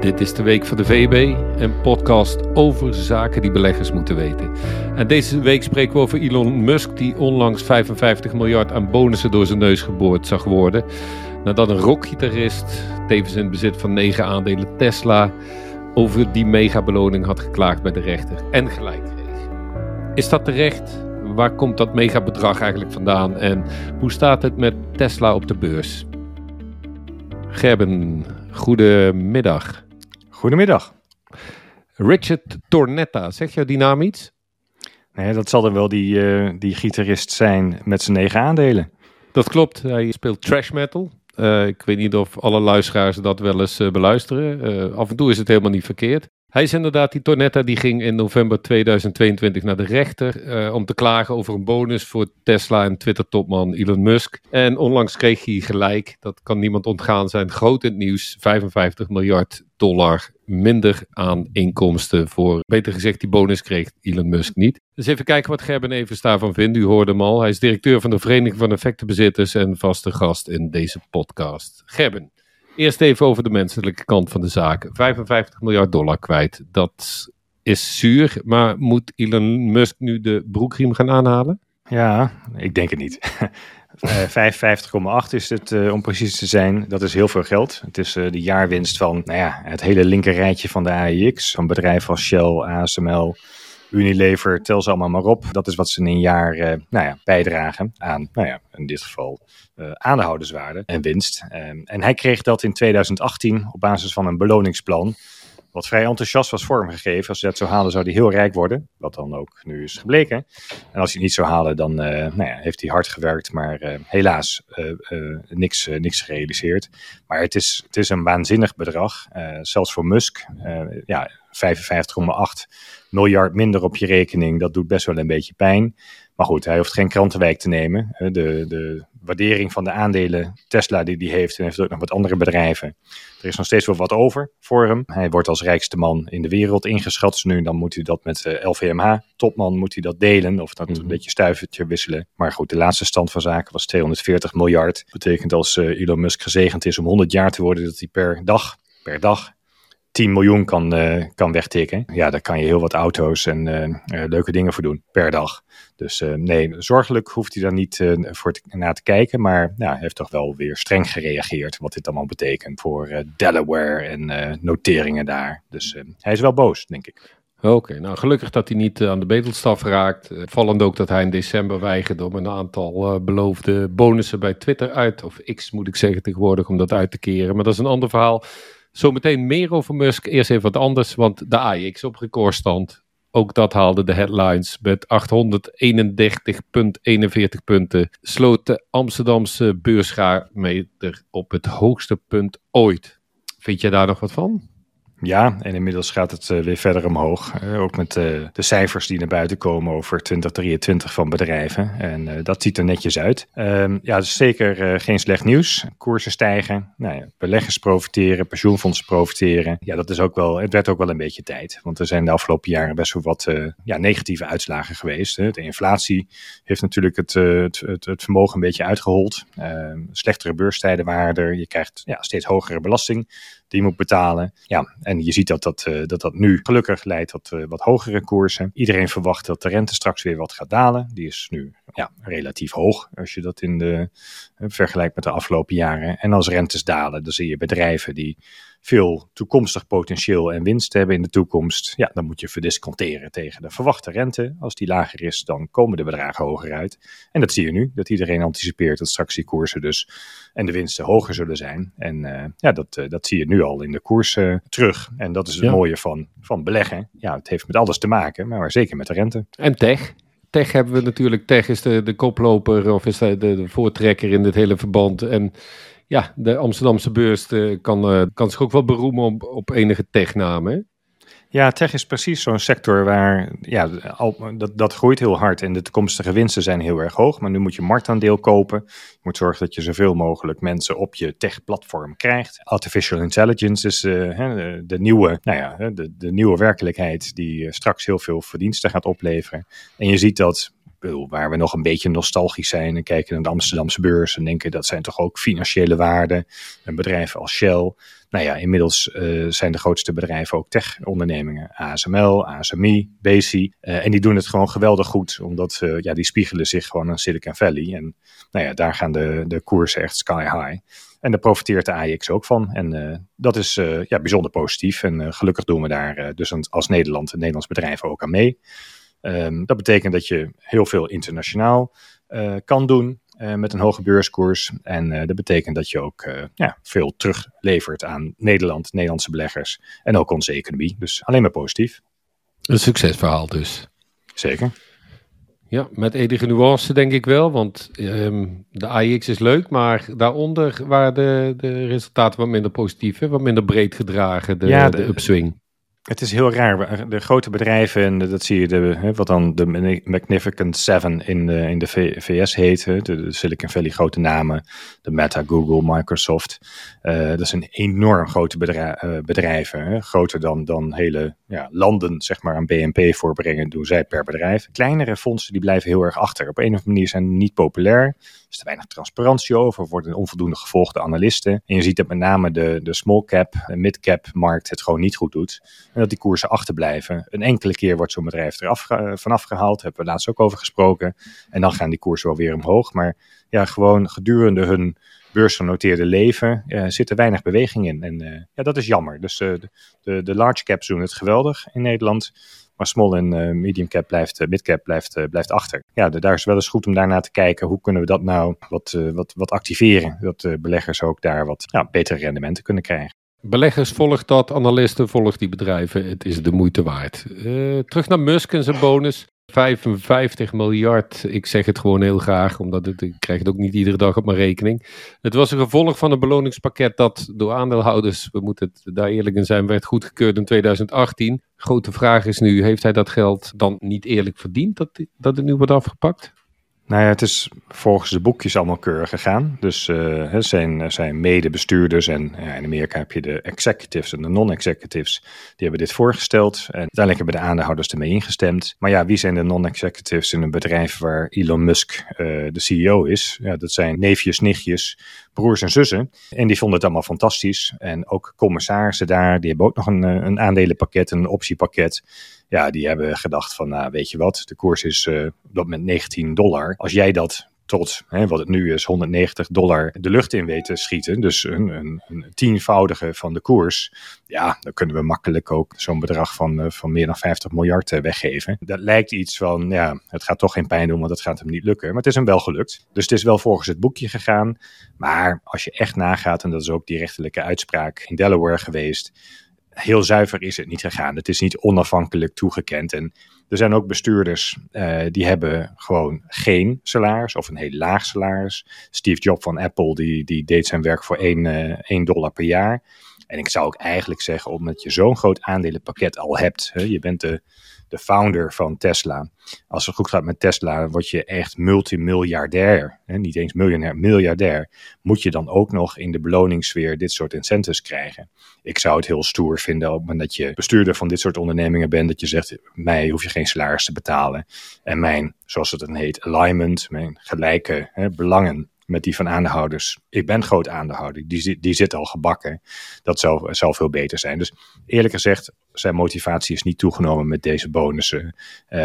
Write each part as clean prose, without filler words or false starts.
Dit is de Week van de VEB, een podcast over zaken die beleggers moeten weten. En deze week spreken we over Elon Musk, die onlangs 55 miljard aan bonussen door zijn neus geboord zag worden. Nadat een rockgitarist, tevens in bezit van 9 aandelen Tesla, over die megabeloning had geklaagd bij de rechter en gelijk kreeg. Is dat terecht? Waar komt dat megabedrag eigenlijk vandaan? En hoe staat het met Tesla op de beurs? Gerben, goedemiddag. Goedemiddag. Richard Tornetta, zeg jou die naam iets? Nee, dat zal dan wel die gitarist zijn met zijn 9 aandelen. Dat klopt, hij speelt thrash metal. Ik weet niet of alle luisteraars dat wel eens beluisteren. Af en toe is het helemaal niet verkeerd. Hij is inderdaad, die Tornetta, die ging in november 2022 naar de rechter om te klagen over een bonus voor Tesla en Twitter-topman Elon Musk. En onlangs kreeg hij gelijk, dat kan niemand ontgaan zijn, groot in het nieuws, $55 miljard minder aan inkomsten voor, beter gezegd, die bonus kreeg Elon Musk niet. Dus even kijken wat Gerben Evers daarvan vindt. U hoorde hem al, hij is directeur van de Vereniging van Effectenbezitters en vaste gast in deze podcast. Gerben. Eerst even over de menselijke kant van de zaak. $55 miljard kwijt. Dat is zuur, maar moet Elon Musk nu de broekriem gaan aanhalen? Ja, ik denk het niet. 55,8 is het om precies te zijn. Dat is heel veel geld. Het is de jaarwinst van het hele linkerrijtje van de AEX. Van bedrijven als Shell, ASML, Unilever, tel ze allemaal maar op. Dat is wat ze in een jaar bijdragen aan, in dit geval aandeelhouderswaarde en winst. En hij kreeg dat in 2018 op basis van een beloningsplan, wat vrij enthousiast was vormgegeven. Als hij dat zou halen, zou hij heel rijk worden. Wat dan ook nu is gebleken. En als hij het niet zou halen, dan heeft hij hard gewerkt. Maar helaas niks gerealiseerd. Maar het is een waanzinnig bedrag. Zelfs voor Musk. 55,8 miljard minder op je rekening. Dat doet best wel een beetje pijn. Maar goed, hij hoeft geen krantenwijk te nemen. De waardering van de aandelen Tesla die hij heeft, en heeft ook nog wat andere bedrijven. Er is nog steeds wel wat over voor hem. Hij wordt als rijkste man in de wereld ingeschat nu. Dan moet hij dat met LVMH, topman, moet hij dat delen. Of dat een beetje stuivertje wisselen. Maar goed, de laatste stand van zaken was 240 miljard. Betekent als Elon Musk gezegend is om 100 jaar te worden, dat hij per dag 10 miljoen kan wegtikken. Ja, daar kan je heel wat auto's en leuke dingen voor doen per dag. Dus nee, zorgelijk hoeft hij daar niet naar te kijken. Maar hij heeft toch wel weer streng gereageerd wat dit allemaal betekent voor Delaware en noteringen daar. Dus hij is wel boos, denk ik. Oké, nou gelukkig dat hij niet aan de bedelstaf raakt. Vallend ook dat hij in december weigerde om een aantal beloofde bonussen bij Twitter of X moet ik zeggen tegenwoordig, om dat uit te keren. Maar dat is een ander verhaal. Zometeen meer over Musk. Eerst even wat anders, want de AEX op recordstand. Ook dat haalde de headlines. Met 831,41 punten sloot de Amsterdamse beursgraadmeter op het hoogste punt ooit. Vind je daar nog wat van? Ja, en inmiddels gaat het weer verder omhoog. Ook met de cijfers die naar buiten komen over 2023 van bedrijven. En dat ziet er netjes uit. Dus zeker geen slecht nieuws. Koersen stijgen, beleggers profiteren, pensioenfondsen profiteren. Ja, dat is ook wel, het werd ook wel een beetje tijd. Want er zijn de afgelopen jaren best wel wat negatieve uitslagen geweest. De inflatie heeft natuurlijk het vermogen een beetje uitgehold. Slechtere beurstijden waren er. Je krijgt steeds hogere belasting die je moet betalen. Ja, en je ziet dat nu gelukkig leidt tot wat hogere koersen. Iedereen verwacht dat de rente straks weer wat gaat dalen. Die is nu relatief hoog als je dat vergelijkt met de afgelopen jaren. En als rentes dalen, dan zie je bedrijven die veel toekomstig potentieel en winst hebben in de toekomst. Ja, dan moet je verdisconteren tegen de verwachte rente. Als die lager is, dan komen de bedragen hoger uit. En dat zie je nu, dat iedereen anticipeert dat straks die koersen dus en de winsten hoger zullen zijn. En dat zie je nu al in de koers terug. En dat is het mooie van beleggen. Ja, het heeft met alles te maken, maar zeker met de rente. En tech? Tech hebben we natuurlijk. Tech is de koploper of is de voortrekker in dit hele verband. En ja, de Amsterdamse beurs kan zich ook wel beroemen op enige technamen. Ja, tech is precies zo'n sector waar dat groeit heel hard en de toekomstige winsten zijn heel erg hoog. Maar nu moet je marktaandeel kopen. Je moet zorgen dat je zoveel mogelijk mensen op je tech-platform krijgt. Artificial intelligence is de nieuwe werkelijkheid die straks heel veel verdiensten gaat opleveren. En je ziet dat waar we nog een beetje nostalgisch zijn en kijken naar de Amsterdamse beurs en denken dat zijn toch ook financiële waarden. Een bedrijf als Shell. Nou ja, inmiddels zijn de grootste bedrijven ook tech-ondernemingen. ASML, ASMI, Besi. En die doen het gewoon geweldig goed, omdat die spiegelen zich gewoon aan Silicon Valley. En nou ja, daar gaan de koersen echt sky high. En daar profiteert de AEX ook van. En dat is bijzonder positief. En gelukkig doen we daar dus als Nederlands bedrijven ook aan mee. Dat betekent dat je heel veel internationaal kan doen met een hoge beurskoers. En dat betekent dat je ook veel teruglevert aan Nederlandse beleggers en ook onze economie. Dus alleen maar positief. Een succesverhaal dus. Zeker. Ja, met enige nuance denk ik wel, want de AEX is leuk, maar daaronder waren de resultaten wat minder positief, wat minder breed gedragen, de upswing. Het is heel raar. De grote bedrijven, en dat zie je, wat dan de Magnificent Seven in de VS heet, de Silicon Valley grote namen, de Meta, Google, Microsoft. Dat zijn enorm grote bedrijven, groter dan hele landen zeg maar aan BNP voorbrengen, doen zij per bedrijf. Kleinere fondsen die blijven heel erg achter. Op een of andere manier zijn die niet populair. Er is te weinig transparantie over, worden onvoldoende gevolgd door analisten. En je ziet dat met name de small cap, mid-cap markt het gewoon niet goed doet. En dat die koersen achterblijven. Een enkele keer wordt zo'n bedrijf vanaf gehaald. Daar hebben we laatst ook over gesproken. En dan gaan die koersen wel weer omhoog. Maar ja, gewoon gedurende hun beursgenoteerde leven zit er weinig beweging in. En dat is jammer. Dus de large caps doen het geweldig in Nederland. Maar small en medium cap mid-cap blijft achter. Ja, daar is wel eens goed om daarna te kijken. Hoe kunnen we dat nou wat activeren? Dat beleggers ook daar wat betere rendementen kunnen krijgen. Beleggers volgt dat, analisten volgt die bedrijven. Het is de moeite waard. Terug naar Musk en zijn bonus. 55 miljard. Ik zeg het gewoon heel graag, omdat ik krijg het ook niet iedere dag op mijn rekening. Het was een gevolg van een beloningspakket dat door aandeelhouders, we moeten het daar eerlijk in zijn, werd goedgekeurd in 2018. Grote vraag is nu, heeft hij dat geld dan niet eerlijk verdiend dat het nu wordt afgepakt? Nou ja, het is volgens de boekjes allemaal keurig gegaan. Dus zijn medebestuurders en in Amerika heb je de executives en de non-executives. Die hebben dit voorgesteld en uiteindelijk hebben de aandeelhouders ermee ingestemd. Maar ja, wie zijn de non-executives in een bedrijf waar Elon Musk de CEO is? Ja, dat zijn neefjes, nichtjes, broers en zussen. En die vonden het allemaal fantastisch. En ook commissarissen daar, die hebben ook nog een aandelenpakket, een optiepakket. Ja, die hebben gedacht van, weet je wat, de koers is dat met $19. Als jij dat tot, wat het nu is, $190 de lucht in weet te schieten, dus een tienvoudige van de koers, ja, dan kunnen we makkelijk ook zo'n bedrag van meer dan 50 miljard weggeven. Dat lijkt iets van, het gaat toch geen pijn doen, want het gaat hem niet lukken. Maar het is hem wel gelukt. Dus het is wel volgens het boekje gegaan. Maar als je echt nagaat, en dat is ook die rechterlijke uitspraak in Delaware geweest, heel zuiver is het niet gegaan. Het is niet onafhankelijk toegekend. En er zijn ook bestuurders die hebben gewoon geen salaris of een heel laag salaris. Steve Jobs van Apple die deed zijn werk voor $1 per jaar. En ik zou ook eigenlijk zeggen, omdat je zo'n groot aandelenpakket al hebt. Je bent de founder van Tesla. Als het goed gaat met Tesla, word je echt multimiljardair. Niet eens miljonair, miljardair. Moet je dan ook nog in de beloningssfeer dit soort incentives krijgen? Ik zou het heel stoer vinden op het moment dat je bestuurder van dit soort ondernemingen bent. Dat je zegt, mij hoef je geen salaris te betalen. En mijn, zoals het dan heet, alignment, mijn gelijke belangen met die van aandeelhouders. Ik ben groot aandeelhouder, die zit al gebakken. Dat zou veel beter zijn. Dus eerlijk gezegd, zijn motivatie is niet toegenomen met deze bonussen.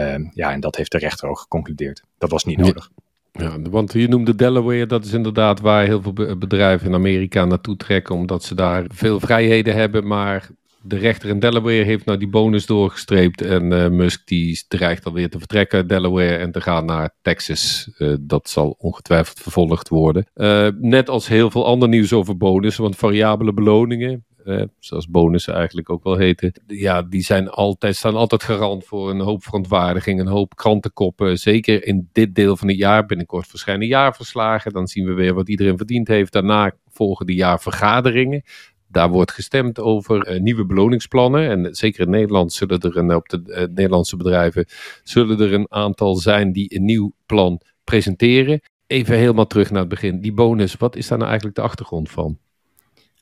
En dat heeft de rechter ook geconcludeerd. Dat was niet nodig. Ja, want je noemde Delaware, dat is inderdaad waar heel veel bedrijven in Amerika naartoe trekken, omdat ze daar veel vrijheden hebben, maar de rechter in Delaware heeft nou die bonus doorgestreept en Musk die dreigt alweer te vertrekken uit Delaware en te gaan naar Texas. Dat zal ongetwijfeld vervolgd worden. Net als heel veel ander nieuws over bonussen, want variabele beloningen, zoals bonussen eigenlijk ook wel heten, ja, die staan altijd garant voor een hoop verontwaardiging, een hoop krantenkoppen. Zeker in dit deel van het jaar, binnenkort verschijnen jaarverslagen, dan zien we weer wat iedereen verdiend heeft. Daarna volgen de jaarvergaderingen. Daar wordt gestemd over nieuwe beloningsplannen. En zeker in Nederland zullen er op de Nederlandse bedrijven zullen er een aantal zijn die een nieuw plan presenteren. Even helemaal terug naar het begin. Die bonus, wat is daar nou eigenlijk de achtergrond van?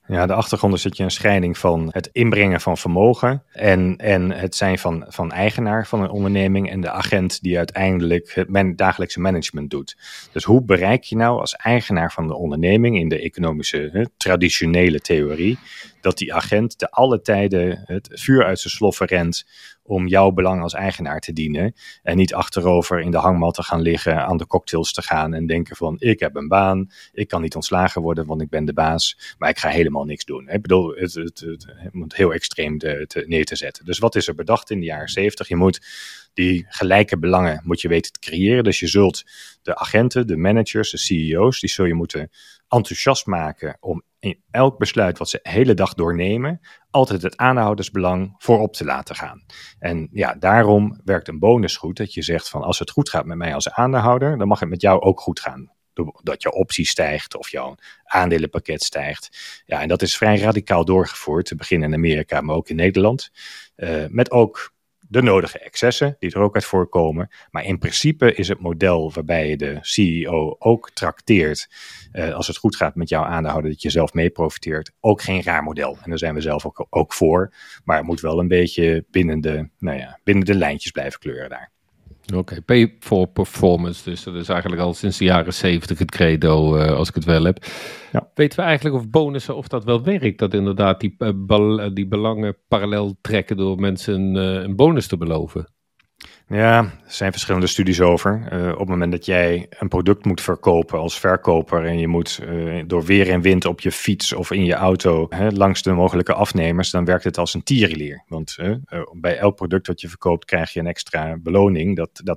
Ja, de achtergrond is dat je een scheiding van het inbrengen van vermogen en het zijn van eigenaar van een onderneming en de agent die uiteindelijk het dagelijkse management doet. Dus hoe bereik je nou als eigenaar van de onderneming in de economische traditionele theorie dat die agent te alle tijden het vuur uit zijn sloffen rent om jouw belang als eigenaar te dienen en niet achterover in de hangmat te gaan liggen, aan de cocktails te gaan en denken van ik heb een baan, ik kan niet ontslagen worden want ik ben de baas, maar ik ga helemaal niks doen. Ik bedoel, het moet heel extreem neer te zetten. Dus wat is er bedacht in de jaren 70? Je moet die gelijke belangen moet je weten te creëren. Dus je zult de agenten, de managers, de CEO's, die zul je moeten enthousiast maken om in elk besluit wat ze de hele dag doornemen, altijd het aandeelhoudersbelang voorop te laten gaan. En ja, daarom werkt een bonus goed, dat je zegt van als het goed gaat met mij als aandeelhouder, dan mag het met jou ook goed gaan. Dat jouw optie stijgt of jouw aandelenpakket stijgt. Ja, en dat is vrij radicaal doorgevoerd, te beginnen in Amerika, maar ook in Nederland. Met ook de nodige excessen die er ook uit voorkomen. Maar in principe is het model waarbij je de CEO ook trakteert als het goed gaat met jouw aandeelhouder, dat je zelf mee profiteert, ook geen raar model. En daar zijn we zelf ook voor. Maar het moet wel een beetje binnen de lijntjes blijven kleuren daar. Oké, pay for performance. Dus dat is eigenlijk al sinds de jaren 70 het credo, als ik het wel heb. Ja. Weten we eigenlijk of bonussen, of dat wel werkt? Dat inderdaad die belangen parallel trekken door mensen een bonus te beloven? Ja, er zijn verschillende studies over. Op het moment dat jij een product moet verkopen als verkoper en je moet door weer en wind op je fiets of in je auto langs de mogelijke afnemers, dan werkt het als een tierenlier. Want bij elk product dat je verkoopt krijg je een extra beloning.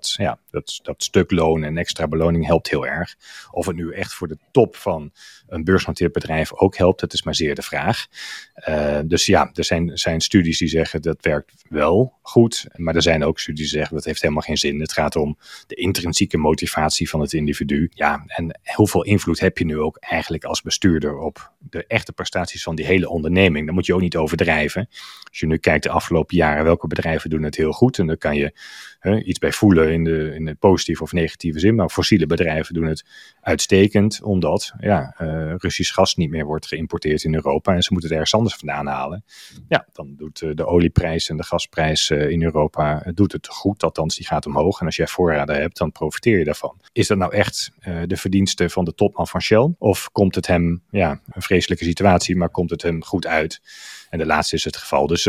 Dat stuk loon en extra beloning helpt heel erg. Of het nu echt voor de top van een beursgenoteerd bedrijf ook helpt, dat is maar zeer de vraag. Dus ja, er zijn studies die zeggen dat werkt wel goed, maar er zijn ook studies die zeggen dat heeft helemaal geen zin. Het gaat om de intrinsieke motivatie van het individu. Ja, en hoeveel invloed heb je nu ook eigenlijk als bestuurder op de echte prestaties van die hele onderneming? Dat moet je ook niet overdrijven. Als je nu kijkt de afgelopen jaren, welke bedrijven doen het heel goed, en dan kan je iets bij voelen in de positieve of negatieve zin, maar fossiele bedrijven doen het uitstekend, omdat Russisch gas niet meer wordt geïmporteerd in Europa en ze moeten het ergens anders vandaan halen. Ja, dan doet de olieprijs en de gasprijs in Europa doet het goed, althans die gaat omhoog. En als jij voorraden hebt, dan profiteer je daarvan. Is dat nou echt de verdienste van de topman van Shell? Of komt het hem, een vreselijke situatie, maar komt het hem goed uit? En de laatste is het geval. Dus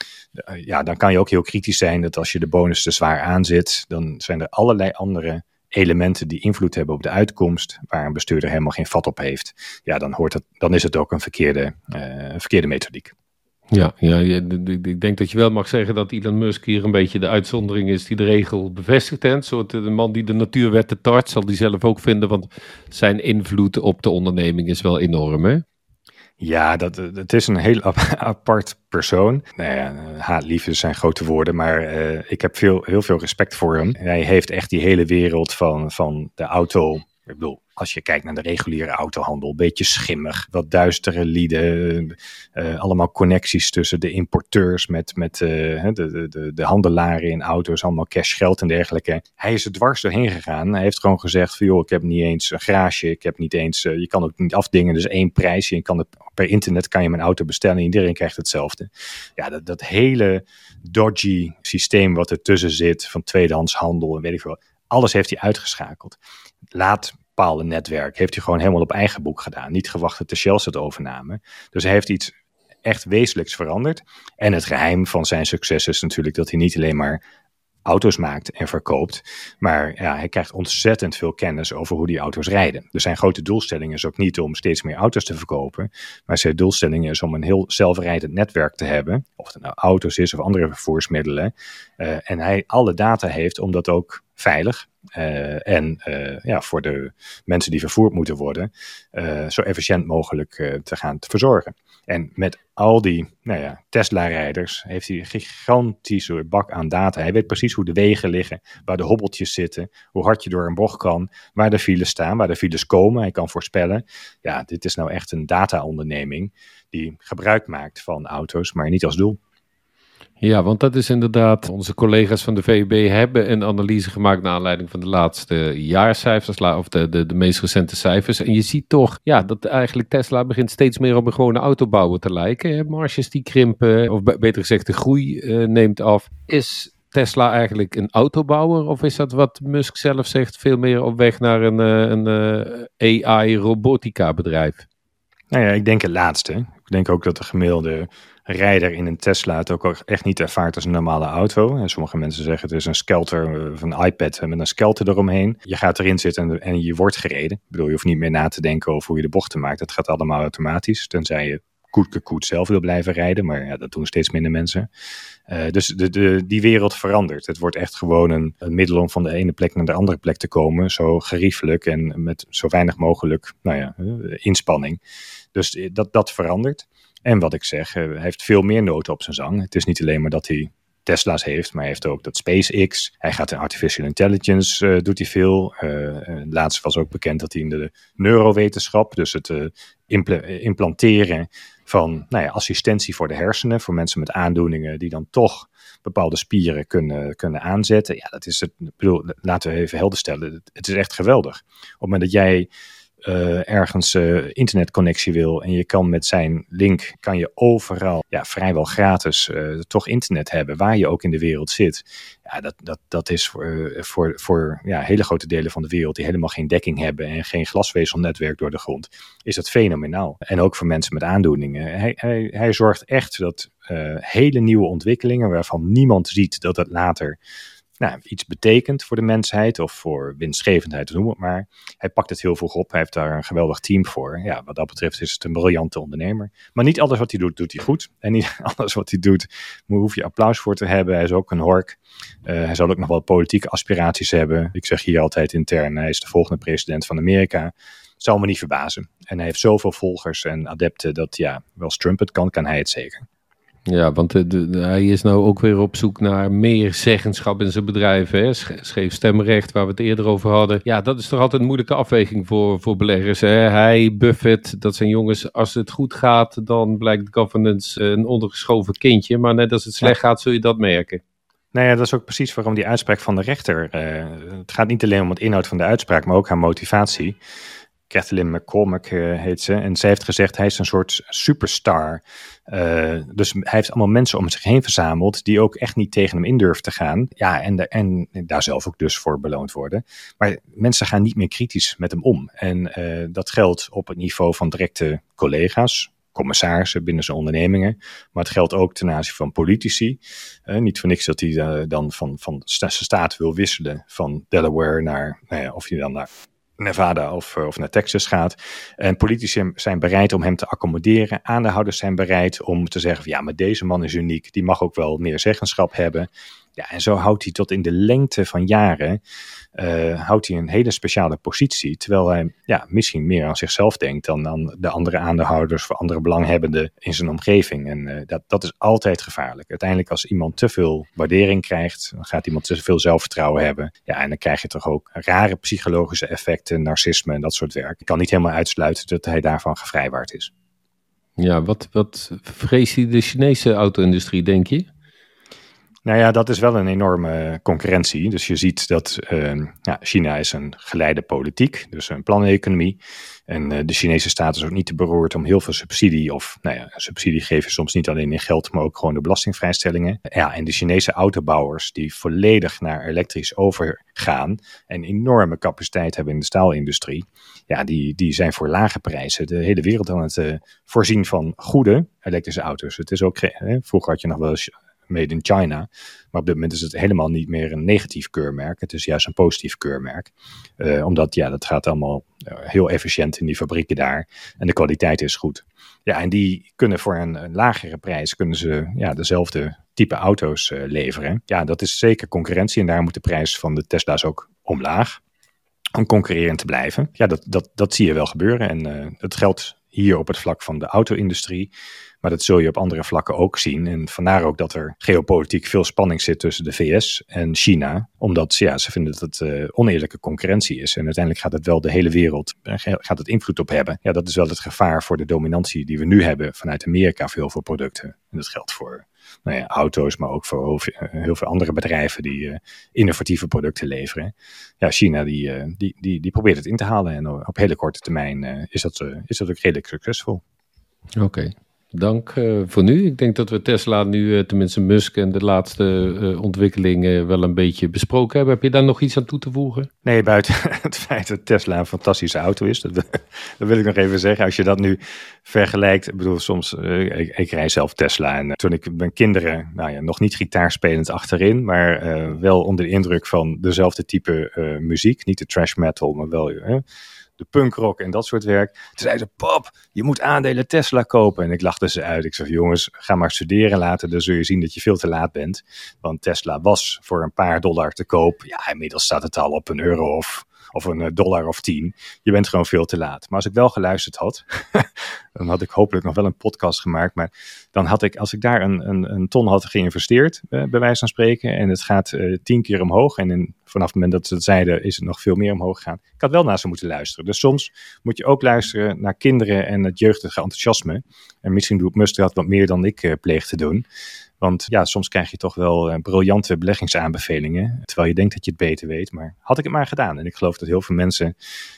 dan kan je ook heel kritisch zijn dat als je de bonus te zwaar aanzet, dan zijn er allerlei andere elementen die invloed hebben op de uitkomst, waar een bestuurder helemaal geen vat op heeft. Ja, dan is het ook een verkeerde methodiek. Ja, ik denk dat je wel mag zeggen dat Elon Musk hier een beetje de uitzondering is die de regel bevestigt. Een soort de man die de natuurwetten tart, zal die zelf ook vinden, want zijn invloed op de onderneming is wel enorm, hè? Ja, het is een heel apart persoon. Haat-liefde zijn grote woorden, maar ik heb heel veel respect voor hem. Hij heeft echt die hele wereld van de auto. Ik bedoel, als je kijkt naar de reguliere autohandel, een beetje schimmig, wat duistere lieden, allemaal connecties tussen de importeurs met de handelaren in auto's, allemaal cashgeld en dergelijke. Hij is er dwars doorheen gegaan. Hij heeft gewoon gezegd van, joh, ik heb niet eens een garage, ik heb niet eens, je kan het niet afdingen, dus één prijs. Per internet kan je mijn auto bestellen en iedereen krijgt hetzelfde. Ja, dat hele dodgy systeem wat ertussen zit van tweedehands handel en weet ik veel, alles heeft hij uitgeschakeld. Bepaalde netwerk heeft hij gewoon helemaal op eigen boek gedaan. Niet gewacht dat de Shells het overnamen. Dus hij heeft iets echt wezenlijks veranderd. En het geheim van zijn succes is natuurlijk dat hij niet alleen maar auto's maakt en verkoopt. Maar hij krijgt ontzettend veel kennis over hoe die auto's rijden. Dus zijn grote doelstelling is ook niet om steeds meer auto's te verkopen. Maar zijn doelstelling is om een heel zelfrijdend netwerk te hebben. Of het nou auto's is of andere vervoersmiddelen. En hij alle data heeft om dat ook veilig voor de mensen die vervoerd moeten worden, zo efficiënt mogelijk te gaan verzorgen. En met al die Tesla-rijders heeft hij een gigantische bak aan data. Hij weet precies hoe de wegen liggen, waar de hobbeltjes zitten, hoe hard je door een bocht kan, waar de files staan, waar de files komen. Hij kan voorspellen. Ja, dit is nou echt een data-onderneming die gebruik maakt van auto's, maar niet als doel. Ja, want dat is inderdaad, onze collega's van de VUB hebben een analyse gemaakt naar aanleiding van de laatste jaarcijfers, of de meest recente cijfers. En je ziet toch, ja, dat eigenlijk Tesla begint steeds meer op een gewone autobouwer te lijken. Marges die krimpen, of beter gezegd de groei neemt af. Is Tesla eigenlijk een autobouwer, of is dat wat Musk zelf zegt, veel meer op weg naar een AI-robotica bedrijf? Nou ja, ik denk het laatste. Ik denk ook dat de gemiddelde rijder in een Tesla het ook echt niet ervaart als een normale auto. En sommige mensen zeggen het is een skelter of een iPad met een skelter eromheen. Je gaat erin zitten en je wordt gereden. Ik bedoel, je hoeft niet meer na te denken over hoe je de bochten maakt. Dat gaat allemaal automatisch, tenzij je koet zelf wil blijven rijden. Maar ja, dat doen steeds minder mensen. Dus die wereld verandert. Het wordt echt gewoon een middel om van de ene plek naar de andere plek te komen. Zo geriefelijk en met zo weinig mogelijk inspanning. Dus dat verandert. En wat ik zeg, hij heeft veel meer noten op zijn zang. Het is niet alleen maar dat hij Tesla's heeft, maar hij heeft ook dat SpaceX. Hij gaat in artificial intelligence, doet hij veel. Laatst was ook bekend dat hij in de neurowetenschap, dus het implanteren van assistentie voor de hersenen, voor mensen met aandoeningen die dan toch bepaalde spieren kunnen aanzetten. Ja, dat is het. Ik bedoel, laten we even helder stellen. Het is echt geweldig. Op het moment dat jij ergens internetconnectie wil en je kan met zijn link, kan je overal vrijwel gratis toch internet hebben, waar je ook in de wereld zit. Ja, dat is voor hele grote delen van de wereld die helemaal geen dekking hebben en geen glasvezelnetwerk door de grond, is dat fenomenaal. En ook voor mensen met aandoeningen. Hij zorgt echt dat hele nieuwe ontwikkelingen, waarvan niemand ziet dat het later iets betekent voor de mensheid of voor winstgevendheid, noem het maar. Hij pakt het heel vroeg op. Hij heeft daar een geweldig team voor. Ja, wat dat betreft is het een briljante ondernemer. Maar niet alles wat hij doet, doet hij goed. En niet alles wat hij doet, hoef je applaus voor te hebben. Hij is ook een hork. Hij zal ook nog wel politieke aspiraties hebben. Ik zeg hier altijd intern, hij is de volgende president van Amerika. Zal me niet verbazen. En hij heeft zoveel volgers en adepten dat als Trump het kan hij het zeker. Ja, want hij is nou ook weer op zoek naar meer zeggenschap in zijn bedrijf. Hè? Scheef stemrecht, waar we het eerder over hadden. Ja, dat is toch altijd een moeilijke afweging voor beleggers. Hè? Hij, Buffett, dat zijn jongens, als het goed gaat, dan blijkt governance een ondergeschoven kindje. Maar net als het slecht gaat, zul je dat merken. Nou ja, dat is ook precies waarom die uitspraak van de rechter. Het gaat niet alleen om het inhoud van de uitspraak, maar ook haar motivatie. Kathleen McCormack heet ze. En zij heeft gezegd, hij is een soort superstar. Dus hij heeft allemaal mensen om zich heen verzameld die ook echt niet tegen hem in durven te gaan. Ja, en daar zelf ook dus voor beloond worden. Maar mensen gaan niet meer kritisch met hem om. En dat geldt op het niveau van directe collega's, commissarissen binnen zijn ondernemingen. Maar het geldt ook ten aanzien van politici. Niet voor niks dat hij dan van zijn staat wil wisselen van Delaware naar, of hij dan naar Nevada of naar Texas gaat. En politici zijn bereid om hem te accommoderen. Aandeelhouders zijn bereid om te zeggen van, maar deze man is uniek. Die mag ook wel meer zeggenschap hebben. Ja, en zo houdt hij tot in de lengte van jaren houdt hij een hele speciale positie. Terwijl hij misschien meer aan zichzelf denkt dan aan de andere aandeelhouders of andere belanghebbenden in zijn omgeving. En dat is altijd gevaarlijk. Uiteindelijk als iemand te veel waardering krijgt, dan gaat iemand te veel zelfvertrouwen hebben. Ja, en dan krijg je toch ook rare psychologische effecten, narcisme en dat soort werk. Ik kan niet helemaal uitsluiten dat hij daarvan gevrijwaard is. Ja, wat vreest hij de Chinese auto-industrie, denk je? Nou ja, dat is wel een enorme concurrentie. Dus je ziet dat China is een geleide politiek, dus een planeconomie. En de Chinese staat is ook niet te beroerd om heel veel subsidie, of subsidie geven soms niet alleen in geld, maar ook gewoon de belastingvrijstellingen. Ja, en de Chinese autobouwers die volledig naar elektrisch overgaan en enorme capaciteit hebben in de staalindustrie, ja, die zijn voor lage prijzen de hele wereld aan het voorzien van goede elektrische auto's. Het is ook, vroeger had je nog wel eens made in China. Maar op dit moment is het helemaal niet meer een negatief keurmerk. Het is juist een positief keurmerk. Omdat dat gaat allemaal heel efficiënt in die fabrieken daar. En de kwaliteit is goed. Ja, en die kunnen voor een lagere prijs kunnen ze dezelfde type auto's leveren. Ja, dat is zeker concurrentie. En daar moet de prijs van de Tesla's ook omlaag. Om concurrerend te blijven. Ja, dat zie je wel gebeuren. En het geldt hier op het vlak van de auto-industrie. Maar dat zul je op andere vlakken ook zien. En vandaar ook dat er geopolitiek veel spanning zit tussen de VS en China. Omdat ze vinden dat het oneerlijke concurrentie is. En uiteindelijk gaat het wel de hele wereld gaat het invloed op hebben. Ja, dat is wel het gevaar voor de dominantie die we nu hebben vanuit Amerika voor heel veel producten. En dat geldt voor auto's, maar ook voor heel veel andere bedrijven die innovatieve producten leveren. Ja, China die probeert het in te halen en op hele korte termijn is dat ook redelijk succesvol. Oké. Dank voor nu. Ik denk dat we Tesla nu, tenminste Musk en de laatste ontwikkelingen wel een beetje besproken hebben. Heb je daar nog iets aan toe te voegen? Nee, buiten het feit dat Tesla een fantastische auto is. Dat wil ik nog even zeggen. Als je dat nu vergelijkt. Ik bedoel, soms, ik rij zelf Tesla. En toen ik mijn kinderen, nog niet gitaarspelend achterin. Maar wel onder de indruk van dezelfde type muziek. Niet de trash metal, maar wel de punkrock en dat soort werk. Toen zei ze, pap, je moet aandelen Tesla kopen. En ik lachte ze uit. Ik zeg, jongens, ga maar studeren later. Dan zul je zien dat je veel te laat bent. Want Tesla was voor een paar dollar te koop. Ja, inmiddels staat het al op €1 of $1 of 10. Je bent gewoon veel te laat. Maar als ik wel geluisterd had, dan had ik hopelijk nog wel een podcast gemaakt. Maar dan had ik, als ik daar een ton had geïnvesteerd, bij wijze van spreken, en het gaat 10 keer omhoog. En vanaf het moment dat ze het zeiden, is het nog veel meer omhoog gegaan. Ik had wel naar ze moeten luisteren. Dus soms moet je ook luisteren naar kinderen en het jeugdige enthousiasme. En misschien doet Musk dat wat meer dan ik pleeg te doen. Want ja, soms krijg je toch wel briljante beleggingsaanbevelingen. Terwijl je denkt dat je het beter weet. Maar had ik het maar gedaan. En ik geloof dat heel veel mensen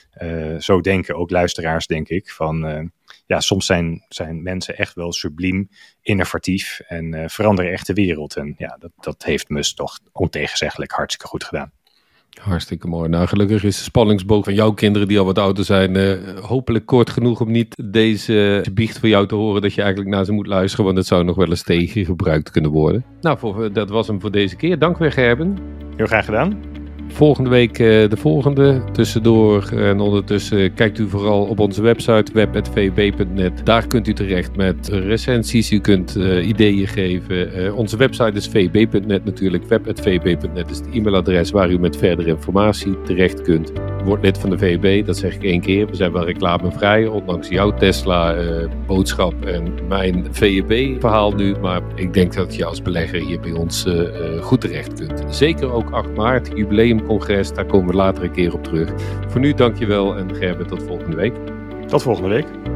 zo denken. Ook luisteraars, denk ik. Van soms zijn mensen echt wel subliem, innovatief. En veranderen echt de wereld. En ja, dat heeft Musk toch ontegenzeggelijk hartstikke goed gedaan. Hartstikke mooi. Nou, gelukkig is de spanningsboog van jouw kinderen die al wat ouder zijn hopelijk kort genoeg om niet deze biecht van jou te horen dat je eigenlijk naar ze moet luisteren, want het zou nog wel eens tegen gebruikt kunnen worden. Nou, dat was hem voor deze keer. Dank weer, Gerben. Heel graag gedaan. Volgende week de volgende. Tussendoor en ondertussen kijkt u vooral op onze website web.veb.net. Daar kunt u terecht met recensies. U kunt ideeën geven. Onze website is vb.net natuurlijk. Web.vb.net is het e-mailadres waar u met verdere informatie terecht kunt. Word lid van de VEB, dat zeg ik 1 keer. We zijn wel reclamevrij, ondanks jouw Tesla-boodschap en mijn VEB-verhaal nu. Maar ik denk dat je als belegger hier bij ons goed terecht kunt. Zeker ook 8 maart, jubileumcongres, daar komen we later een keer op terug. Voor nu dankjewel en Gerben, tot volgende week. Tot volgende week.